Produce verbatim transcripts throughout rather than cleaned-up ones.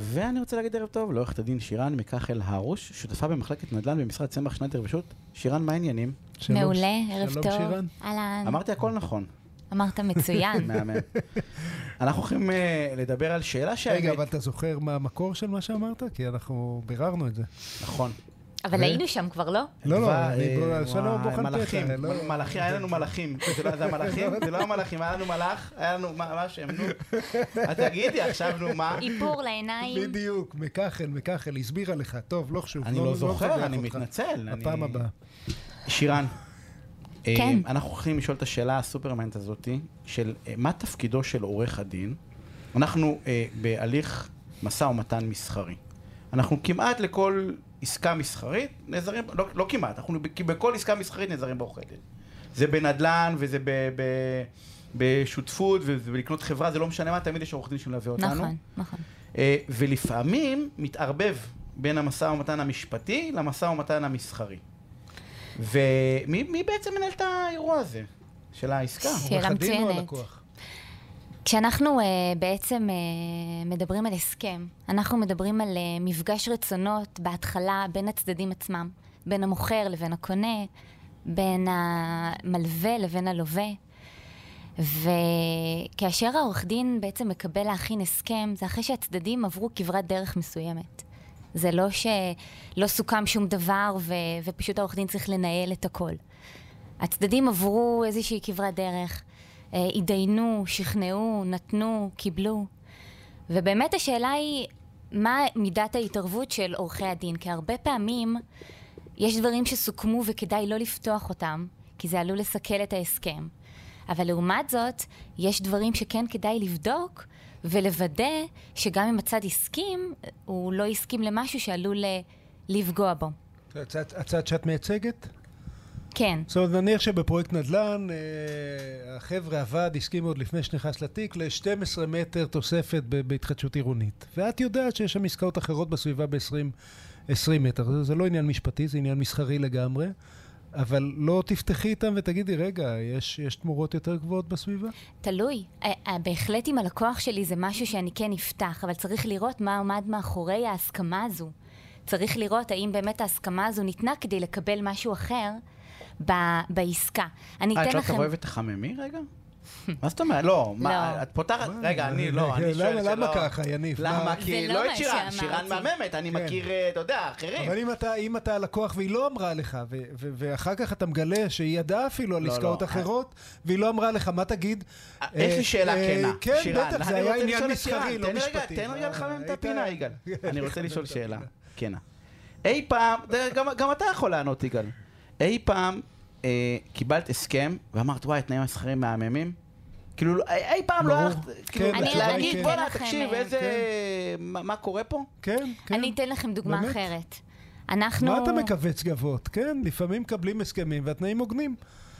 ואני רוצה להגיד ערב טוב, לעורכת הדין שירן מקחל הרוש, שותפה במחלקת נדל"ן במשרד צמח שנת רבשות. שירן, מה העניינים? מעולה, ערב טוב. שירן. אהלן. אמרתי הכל נכון. אמרת מצוין. מהמם. אנחנו הולכים לדבר על שאלה שהאמת... רגע, אבל אתה זוכר מה המקור של מה שאמרת? כי אנחנו ביררנו את זה. נכון. אבל היינו שם כבר, לא? לא, לא, דבר, אני אה, בוא- שלום, בוחן מלאכים, פתע. לא- מלאכים, היה לנו מלאכים. זה לא זה המלאכים? זה לא המלאכים, היה לנו מלאך, היה לנו, מה מה השם, נו. אז תגידי עכשיו, נו, מה? איפור לעיניים. בדיוק, מקחל, מקחל, הסבירה לך. טוב, לא חשוב. אני לא זוכר, נפתח אני אותך. מתנצל. הפעם אני- הבאה. שירן, אה, כן. אנחנו הולכים לשאול את השאלה הסופרמנט הזאתי, של אה, מה תפקידו של עורך הדין? אנחנו אה, בהליך משא ומתן מסחרי. אנחנו כמעט לכל עסקה מסחרית נעזרים, לא, לא כמעט, אנחנו ב- בכל עסקה מסחרית נעזרים בעורכי דין. זה בנדל"ן וזה ב, ב, בשותפות וזה בלקנות חברה, זה לא משנה מה, תמיד יש עורך דין שמלווה אותנו. נכון, נכון. אה, ולפעמים מתערבב בין המשא ומתן המשפטי למשא ומתן המסחרי. ומי מי בעצם מנהל את האירוע הזה של העסקה? שאלה עורך הדין או מצוינת. הלקוח? כשאנחנו uh, בעצם uh, מדברים על הסכם, אנחנו מדברים על uh, מפגש רצונות בהתחלה בין הצדדים עצמם, בין המוכר לבין הקונה, בין המלווה לבין הלווה. וכאשר העורך דין בעצם מקבל להכין הסכם, זה אחרי שהצדדים עברו כברת דרך מסוימת. זה לא שלא סוכם שום דבר ו- ופשוט העורך דין צריך לנהל את הכל. הצדדים עברו איזושהי כברת דרך, אה, התדיינו, שכנעו, נתנו, קיבלו. ובאמת השאלה היא, מה מידת ההתערבות של עורכי הדין? כי הרבה פעמים יש דברים שסוכמו וכדאי לא לפתוח אותם, כי זה עלול לסכל את ההסכם. אבל לעומת זאת, יש דברים שכן כדאי לבדוק ולוודא שגם אם הצד הסכים, הוא לא הסכים למשהו שעלול ל- לפגוע בו. הצד- הצד שאת מייצגת? כן. זאת אומרת, נניח שבפרויקט נדל"ן, אה, החבר'ה עבד, הסכימו עוד לפני שנכנס לתיק, ל-שנים עשר מטר תוספת ב- בהתחדשות עירונית. ואת יודעת שיש שם עסקאות אחרות בסביבה ב-עשרים מטר. זה, זה לא עניין משפטי, זה עניין מסחרי לגמרי. אבל לא תפתחי איתם ותגידי, רגע, יש, יש תמורות יותר גבוהות בסביבה? תלוי. אה, אה, בהחלט עם הלקוח שלי זה משהו שאני כן אפתח, אבל צריך לראות מה עומד מאחורי ההסכמה הזו. צריך לראות האם באמת ההסכמה הזו ניתנה כדי לקבל משהו אחר ב- בעסקה. אני אה, אתן את לא לכם... תבואי ותחממי רגע? מה זאת אומרת? לא, מה, את פותחת, רגע, אני לא, אני שואל שלא. למה ככה, יניב? למה? מה- כי זה לא לא מה את שירן, שאמרתי. שירן מהממת, אני כן. מכיר, אתה יודע, אחרים. אבל אם אתה, אם אתה הלקוח והיא לא אמרה לך, ו- ו- ואחר כך אתה מגלה שהיא ידעה אפילו על לא, עסקאות לא. אחרות, והיא לא אמרה לך, מה תגיד? יש לי שאלה אה, כנה, כן, שירן, בטח, אני זה היה רוצה עניין לשאול את שירן, מסחרי, לא תן לי רגע, משפטי. תן רגע לחמם את אה, הפינה, היית- יגאל. אני רוצה לשאול שאלה, כנה. אי פעם, גם- גם אתה יכול לענות, יגאל. אי פעם אה, קיבלת הסכם ואמרת, וואי, תנאים מסחריים מהממים? כאילו, אי פעם לא ברור. הלכת, כאילו, כן, אני- להגיד, אני בוא'נה, אתן לכם, תקשיב, אה, איזה, כן. מה מה קורה פה? כן, כן. אני אתן לכם דוגמה באמת? אחרת. אנחנו... מה אתה מקווץ גבות? כן, לפעמים מקבלים הסכמים והתנאים הוגנים.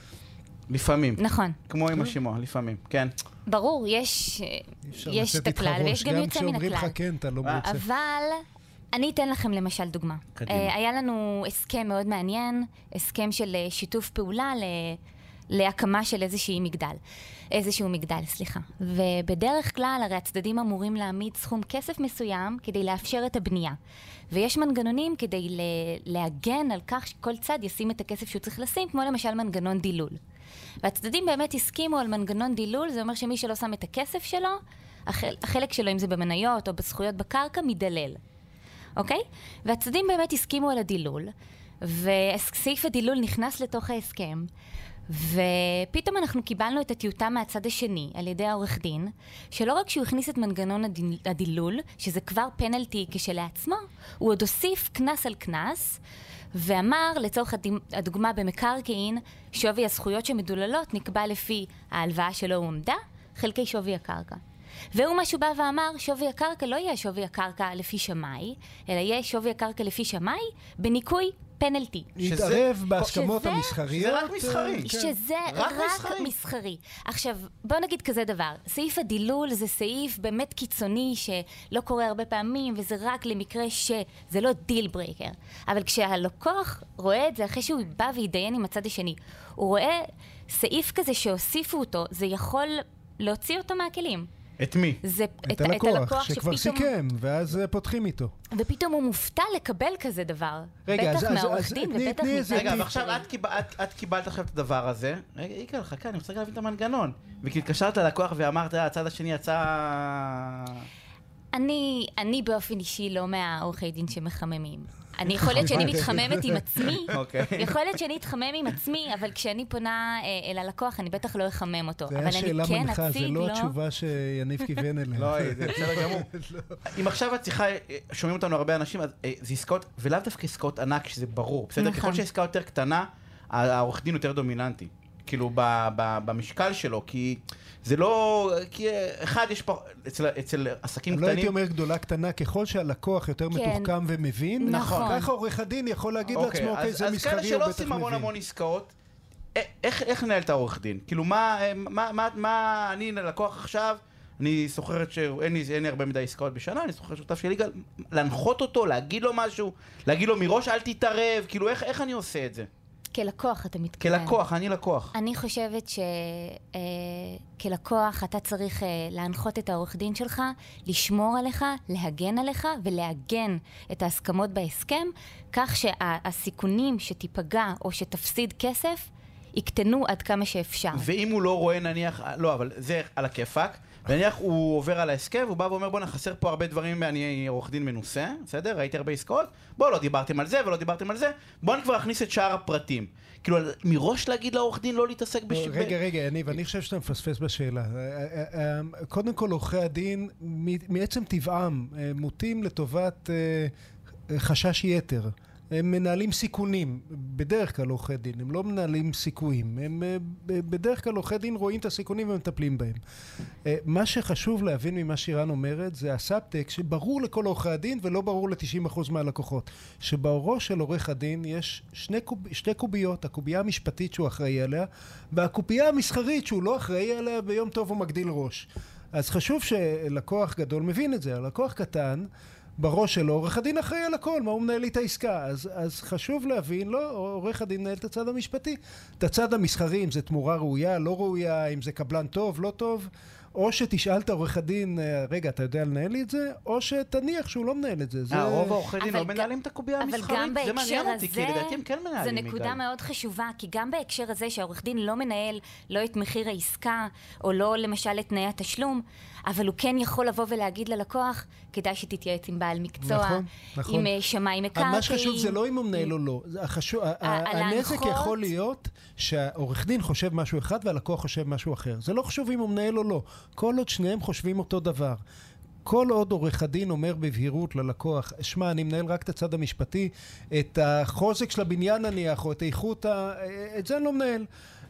לפעמים, נכון. כמו עם השימוע, לפעמים, כן. ברור, יש, אי אפשר יש לתת את איתך הכלל, ויש ראש, גם יוצא מן כשאומרים הכלל. לך כן, אתה לא מרוצה. אבל אני אתן לכם למשל דוגמה. קדימה. אה, היה לנו הסכם מאוד מעניין, הסכם של אה, שיתוף פעולה ל... להקמה של איזושהי מגדל, איזשהו מגדל, סליחה. ובדרך כלל, הרי הצדדים אמורים להעמיד סכום כסף מסוים כדי לאפשר את הבנייה. ויש מנגנונים כדי ל- להגן על כך שכל צד ישים את הכסף שהוא צריך לשים, כמו למשל מנגנון דילול. והצדדים באמת הסכימו על מנגנון דילול, זה אומר שמי שלא שם את הכסף שלו, החל- החלק שלו, אם זה במניות או בזכויות בקרקע, מדלל. אוקיי? והצדדים באמת הסכימו על הדילול, וסעיף הדילול נכנס לתוך ההסכם, ופתאום אנחנו קיבלנו את הטיוטה מהצד השני, על ידי העורך דין, שלא רק שהוא הכניס את מנגנון הדיל, הדילול, שזה כבר פנלטי כשלעצמו, הוא עוד הוסיף כנס על כנס, ואמר, לצורך הדוגמה במקרקעין, שווי הזכויות שמדוללות נקבע לפי ההלוואה שלו עומדה, חלקי שווי הקרקע. והוא משהו בא ואמר, שווי הקרקע לא יהיה שווי הקרקע לפי שמאי, אלא יהיה שווי הקרקע לפי שמאי, בניקוי פנלטי. להתערב בהסכמות שזה- המסחריות. שזה רק מסחרי. כן. שזה רק רק מסחרי. מסחרי. עכשיו, בוא נגיד כזה דבר, סעיף הדילול זה סעיף באמת קיצוני שלא קורה הרבה פעמים, וזה רק למקרה שזה לא דיל ברייקר. אבל כשהלקוח רואה את זה אחרי שהוא בא וידיין עם הצד השני, הוא רואה סעיף כזה שהוסיפו אותו, זה יכול להוציא אותו מהכלים. את מי? זה את את הלקוח, הלקוח שכבר שפתאום... סיכם, ואז אה, פותחים איתו. ופתאום הוא מופתע לקבל כזה דבר. רגע, בטח אז- אז- מהעורך אז דין, תני- ובטח תני איזה מצד רגע, טיפ. ועכשיו את קיב- את- את קיבלת עכשיו את הדבר הזה. רגע, יגאל, חכה, אני רוצה להבין את המנגנון. וכי התקשרת ללקוח ואמרת, "אה, הצד השני יצא... אני, אני באופן אישי לא מהעורכי דין שמחממים. אני יכול להיות שאני מתחממת עם עצמי, אוקיי. יכול להיות שאני אתחמם עם עצמי, אבל כשאני פונה אה, אל הלקוח, אני בטח לא אחמם אותו. זה אבל היה אני שאלה כן מנחה, זה אציג לא לו... התשובה שיניב כיוון אליה. לא, זה בסדר גמור. אם עכשיו את צריכה, שומעים אותנו הרבה אנשים, אז אה, זה עסקאות, ולאו דווקא עסקאות ענק, שזה ברור. בסדר? נכון. ככל שהעסקה יותר קטנה, העורך דין יותר דומיננטי. כאילו, ב- ב- במשקל שלו, כי זה לא... כי אחד, יש פה... אצל- אצל עסקים אני לא הייתי קטנים... אומר גדולה קטנה, ככל שהלקוח יותר כן. מתוחכם ומבין, נכון. ככה עורך הדין יכול להגיד אוקיי, לעצמו, אוקיי, אז- זה אז מסחרי, כאלה הוא שלא בטח עושים המון מבין. המון עסקאות, א- איך איך לנהל את העורך דין? כאילו, מה... מה... מה... מה... אני לקוח עכשיו, אני סוחרת ש... אין לי אין לי הרבה מדי עסקאות בשנה, אני סוחרת שותף של יגאל, להנחות אותו, להגיד לו משהו, להגיד לו מראש אל תתערב, כאילו, איך איך אני עושה את זה? כלקוח אתה מתכוון. כלקוח, אני לקוח. אני חושבת שכלקוח אתה צריך אה, להנחות את העורך דין שלך, לשמור עליך, להגן עליך ולהגן את ההסכמות בהסכם, כך שהסיכונים שתיפגע או שתפסיד כסף יקטנו עד כמה שאפשר. ואם הוא לא רואה נניח, לא, אבל זה על הכיפק, ונניח הוא עובר על ההסכם, והוא בא ואומר, בוא נחסר פה הרבה דברים, אני עורך דין מנוסה, בסדר? ראיתי הרבה עסקאות, בוא, לא דיברתם על זה ולא דיברתם על זה, בוא כבר נכניס את שאר הפרטים. כאילו, מראש להגיד לעורך דין לא להתעסק בש... רגע, רגע, יניב, אני חושב שאתה מפספס בשאלה. קודם כל, עורכי הדין, מעצם טבעם, מוטים לטובת חשש יתר. הם מנהלים סיכונים, בדרך כלל עורכי דין, הם לא מנהלים סיכויים, הם בדרך כלל עורכי דין רואים את הסיכונים ומטפלים בהם. מה שחשוב להבין ממה שירן אומרת, זה הסאבטקסט שברור לכל עורכי הדין ולא ברור ל-תשעים אחוז מהלקוחות. שבאורו של עורך הדין יש שני, קוב, שתי קוביות, הקובייה המשפטית שהוא אחראי עליה, והקובייה המסחרית שהוא לא אחראי עליה ביום טוב הוא מגדיל ראש. אז חשוב שלקוח גדול מבין את זה, הלקוח קטן, בראש שלו, עורך הדין אחראי על הכל, מה הוא מנהל לי את העסקה. אז, אז חשוב להבין, לא, עורך הדין מנהל את הצד המשפטי. את הצד המסחרי, אם זה תמורה ראויה, לא ראויה, אם זה קבלן טוב, לא טוב, או שתשאל את העורך הדין, רגע, אתה יודע לנהל לי את זה, או שתניח שהוא לא מנהל את זה. זה... הרוב העורכי דין אבל לא ג- מנהלים את הקובייה אבל המסחרית, גם זה בהקשר מעניין אותי, כי הזה, לדעתי הם כן זו מנהלים. נקודה יגאל. מאוד חשובה, כי גם בהקשר הזה שהעורך דין לא מנהל לא את מחיר העסקה, או לא למשל את תנאי התשלום, אבל הוא כן יכול לבוא ולהגיד ללקוח, כדאי שתתייעץ עם בעל מקצוע, נכון, נכון. עם אה, שמאי מקרקעין. מה שחשוב זה לא אם הוא מנהל או לא. זה החשוב, ה- ה- הנזק להנחות- יכול להיות שהעורך דין חושב משהו אחד והלקוח חושב משהו אחר. זה לא חשוב אם הוא מנהל או לא. כל עוד שניהם חושבים אותו דבר. כל עוד עורך הדין אומר בבהירות ללקוח, שמע, אני מנהל רק את הצד המשפטי, את החוזק של הבניין נניח, או את איכות, ה... את זה אני לא מנהל.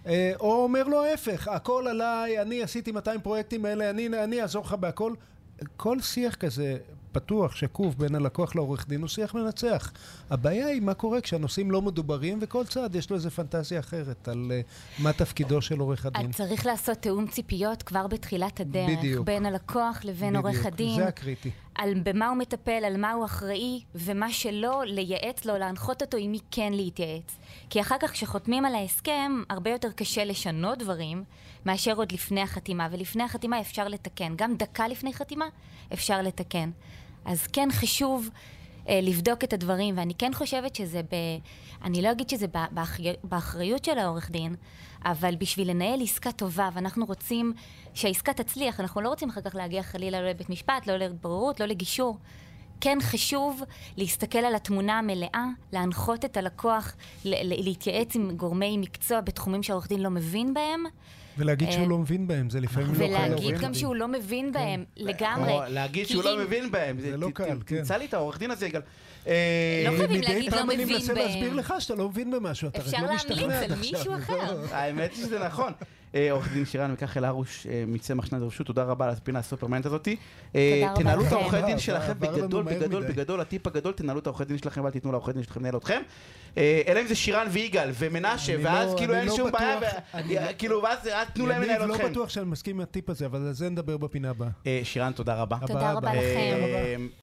או אומר לו ההפך, הכל עליי, אני עשיתי מאתיים פרויקטים האלה, אני, אני אעזור לך בהכל. כל שיח כזה פתוח, שקוף, בין הלקוח לעורך דין, הוא שיח מנצח. הבעיה היא מה קורה כשהנושאים לא מדוברים, וכל צד יש לו איזו פנטזיה אחרת על uh, מה תפקידו של עורך הדין. אז צריך לעשות תאום ציפיות כבר בתחילת הדרך, בדיוק. בין הלקוח לבין בדיוק, עורך הדין. זה הקריטי. על במה הוא מטפל, על מה הוא אחראי, ומה שלא, לייעץ לו, להנחות אותו עם מי כן להתייעץ. כי אחר כך כשחותמים על ההסכם, הרבה יותר קשה לשנות דברים, מאשר עוד לפני החתימה, ולפני החתימה אפשר לתקן. גם דקה לפני חתימה אפשר לתקן. אז כן חשוב אה, לבדוק את הדברים, ואני כן חושבת שזה ב... אני לא אגיד שזה באחרי... באחריות של העורך דין, אבל בשביל לנהל עסקה טובה, ואנחנו רוצים שהעסקה תצליח, אנחנו לא רוצים אחר כך להגיע חלילה לא לבית משפט, לא לבוררות, לא לגישור. כן חשוב להסתכל על התמונה המלאה, להנחות את הלקוח, ל- להתייעץ עם גורמי מקצוע בתחומים שהעורך דין לא מבין בהם. ולהגיד שהוא לא מבין בהם, זה לפעמים לא קל. ולהגיד גם שהוא לא מבין בהם לגמרי. או להגיד שהוא לא מבין בהם. זה לא קל, כן. תמצא לי את העורך דין הזה, יגאל. לא חייבים להגיד לא אני מבין מנסה בהם. להסביר לך שאתה לא מבין במשהו, אתה רק אפשר לא להמליץ משתכנע עד על עכשיו. מישהו אחר. האמת היא שזה נכון. עורך דין שירן וכך אל הרוש מצמח שנת דרשות, תודה רבה על הפינה הסופרמנט הזאתי. רבה תנהלו את לכם. העורכי דין עבר שלכם לנו בגדול, מהר בגדול, מדי. בגדול, הטיפ הגדול, תנהלו את העורכי דין שלכם ואל תיתנו לעורכי דין שלכם לנהל אתכם. אלא אם זה שירן ויגאל ומנשה, אני ואז לא- כאילו אני אין לא שום בעיה, בטוח- ו- אני לא- כאילו ואז אל תנו להם יניב, לנהל לא אתכם. בטוח שאני מסכים עם הטיפ הזה, אבל על זה נדבר בפינה הבאה. שירן, תודה רבה. תודה רבה הבאה. לכם. תודה רבה.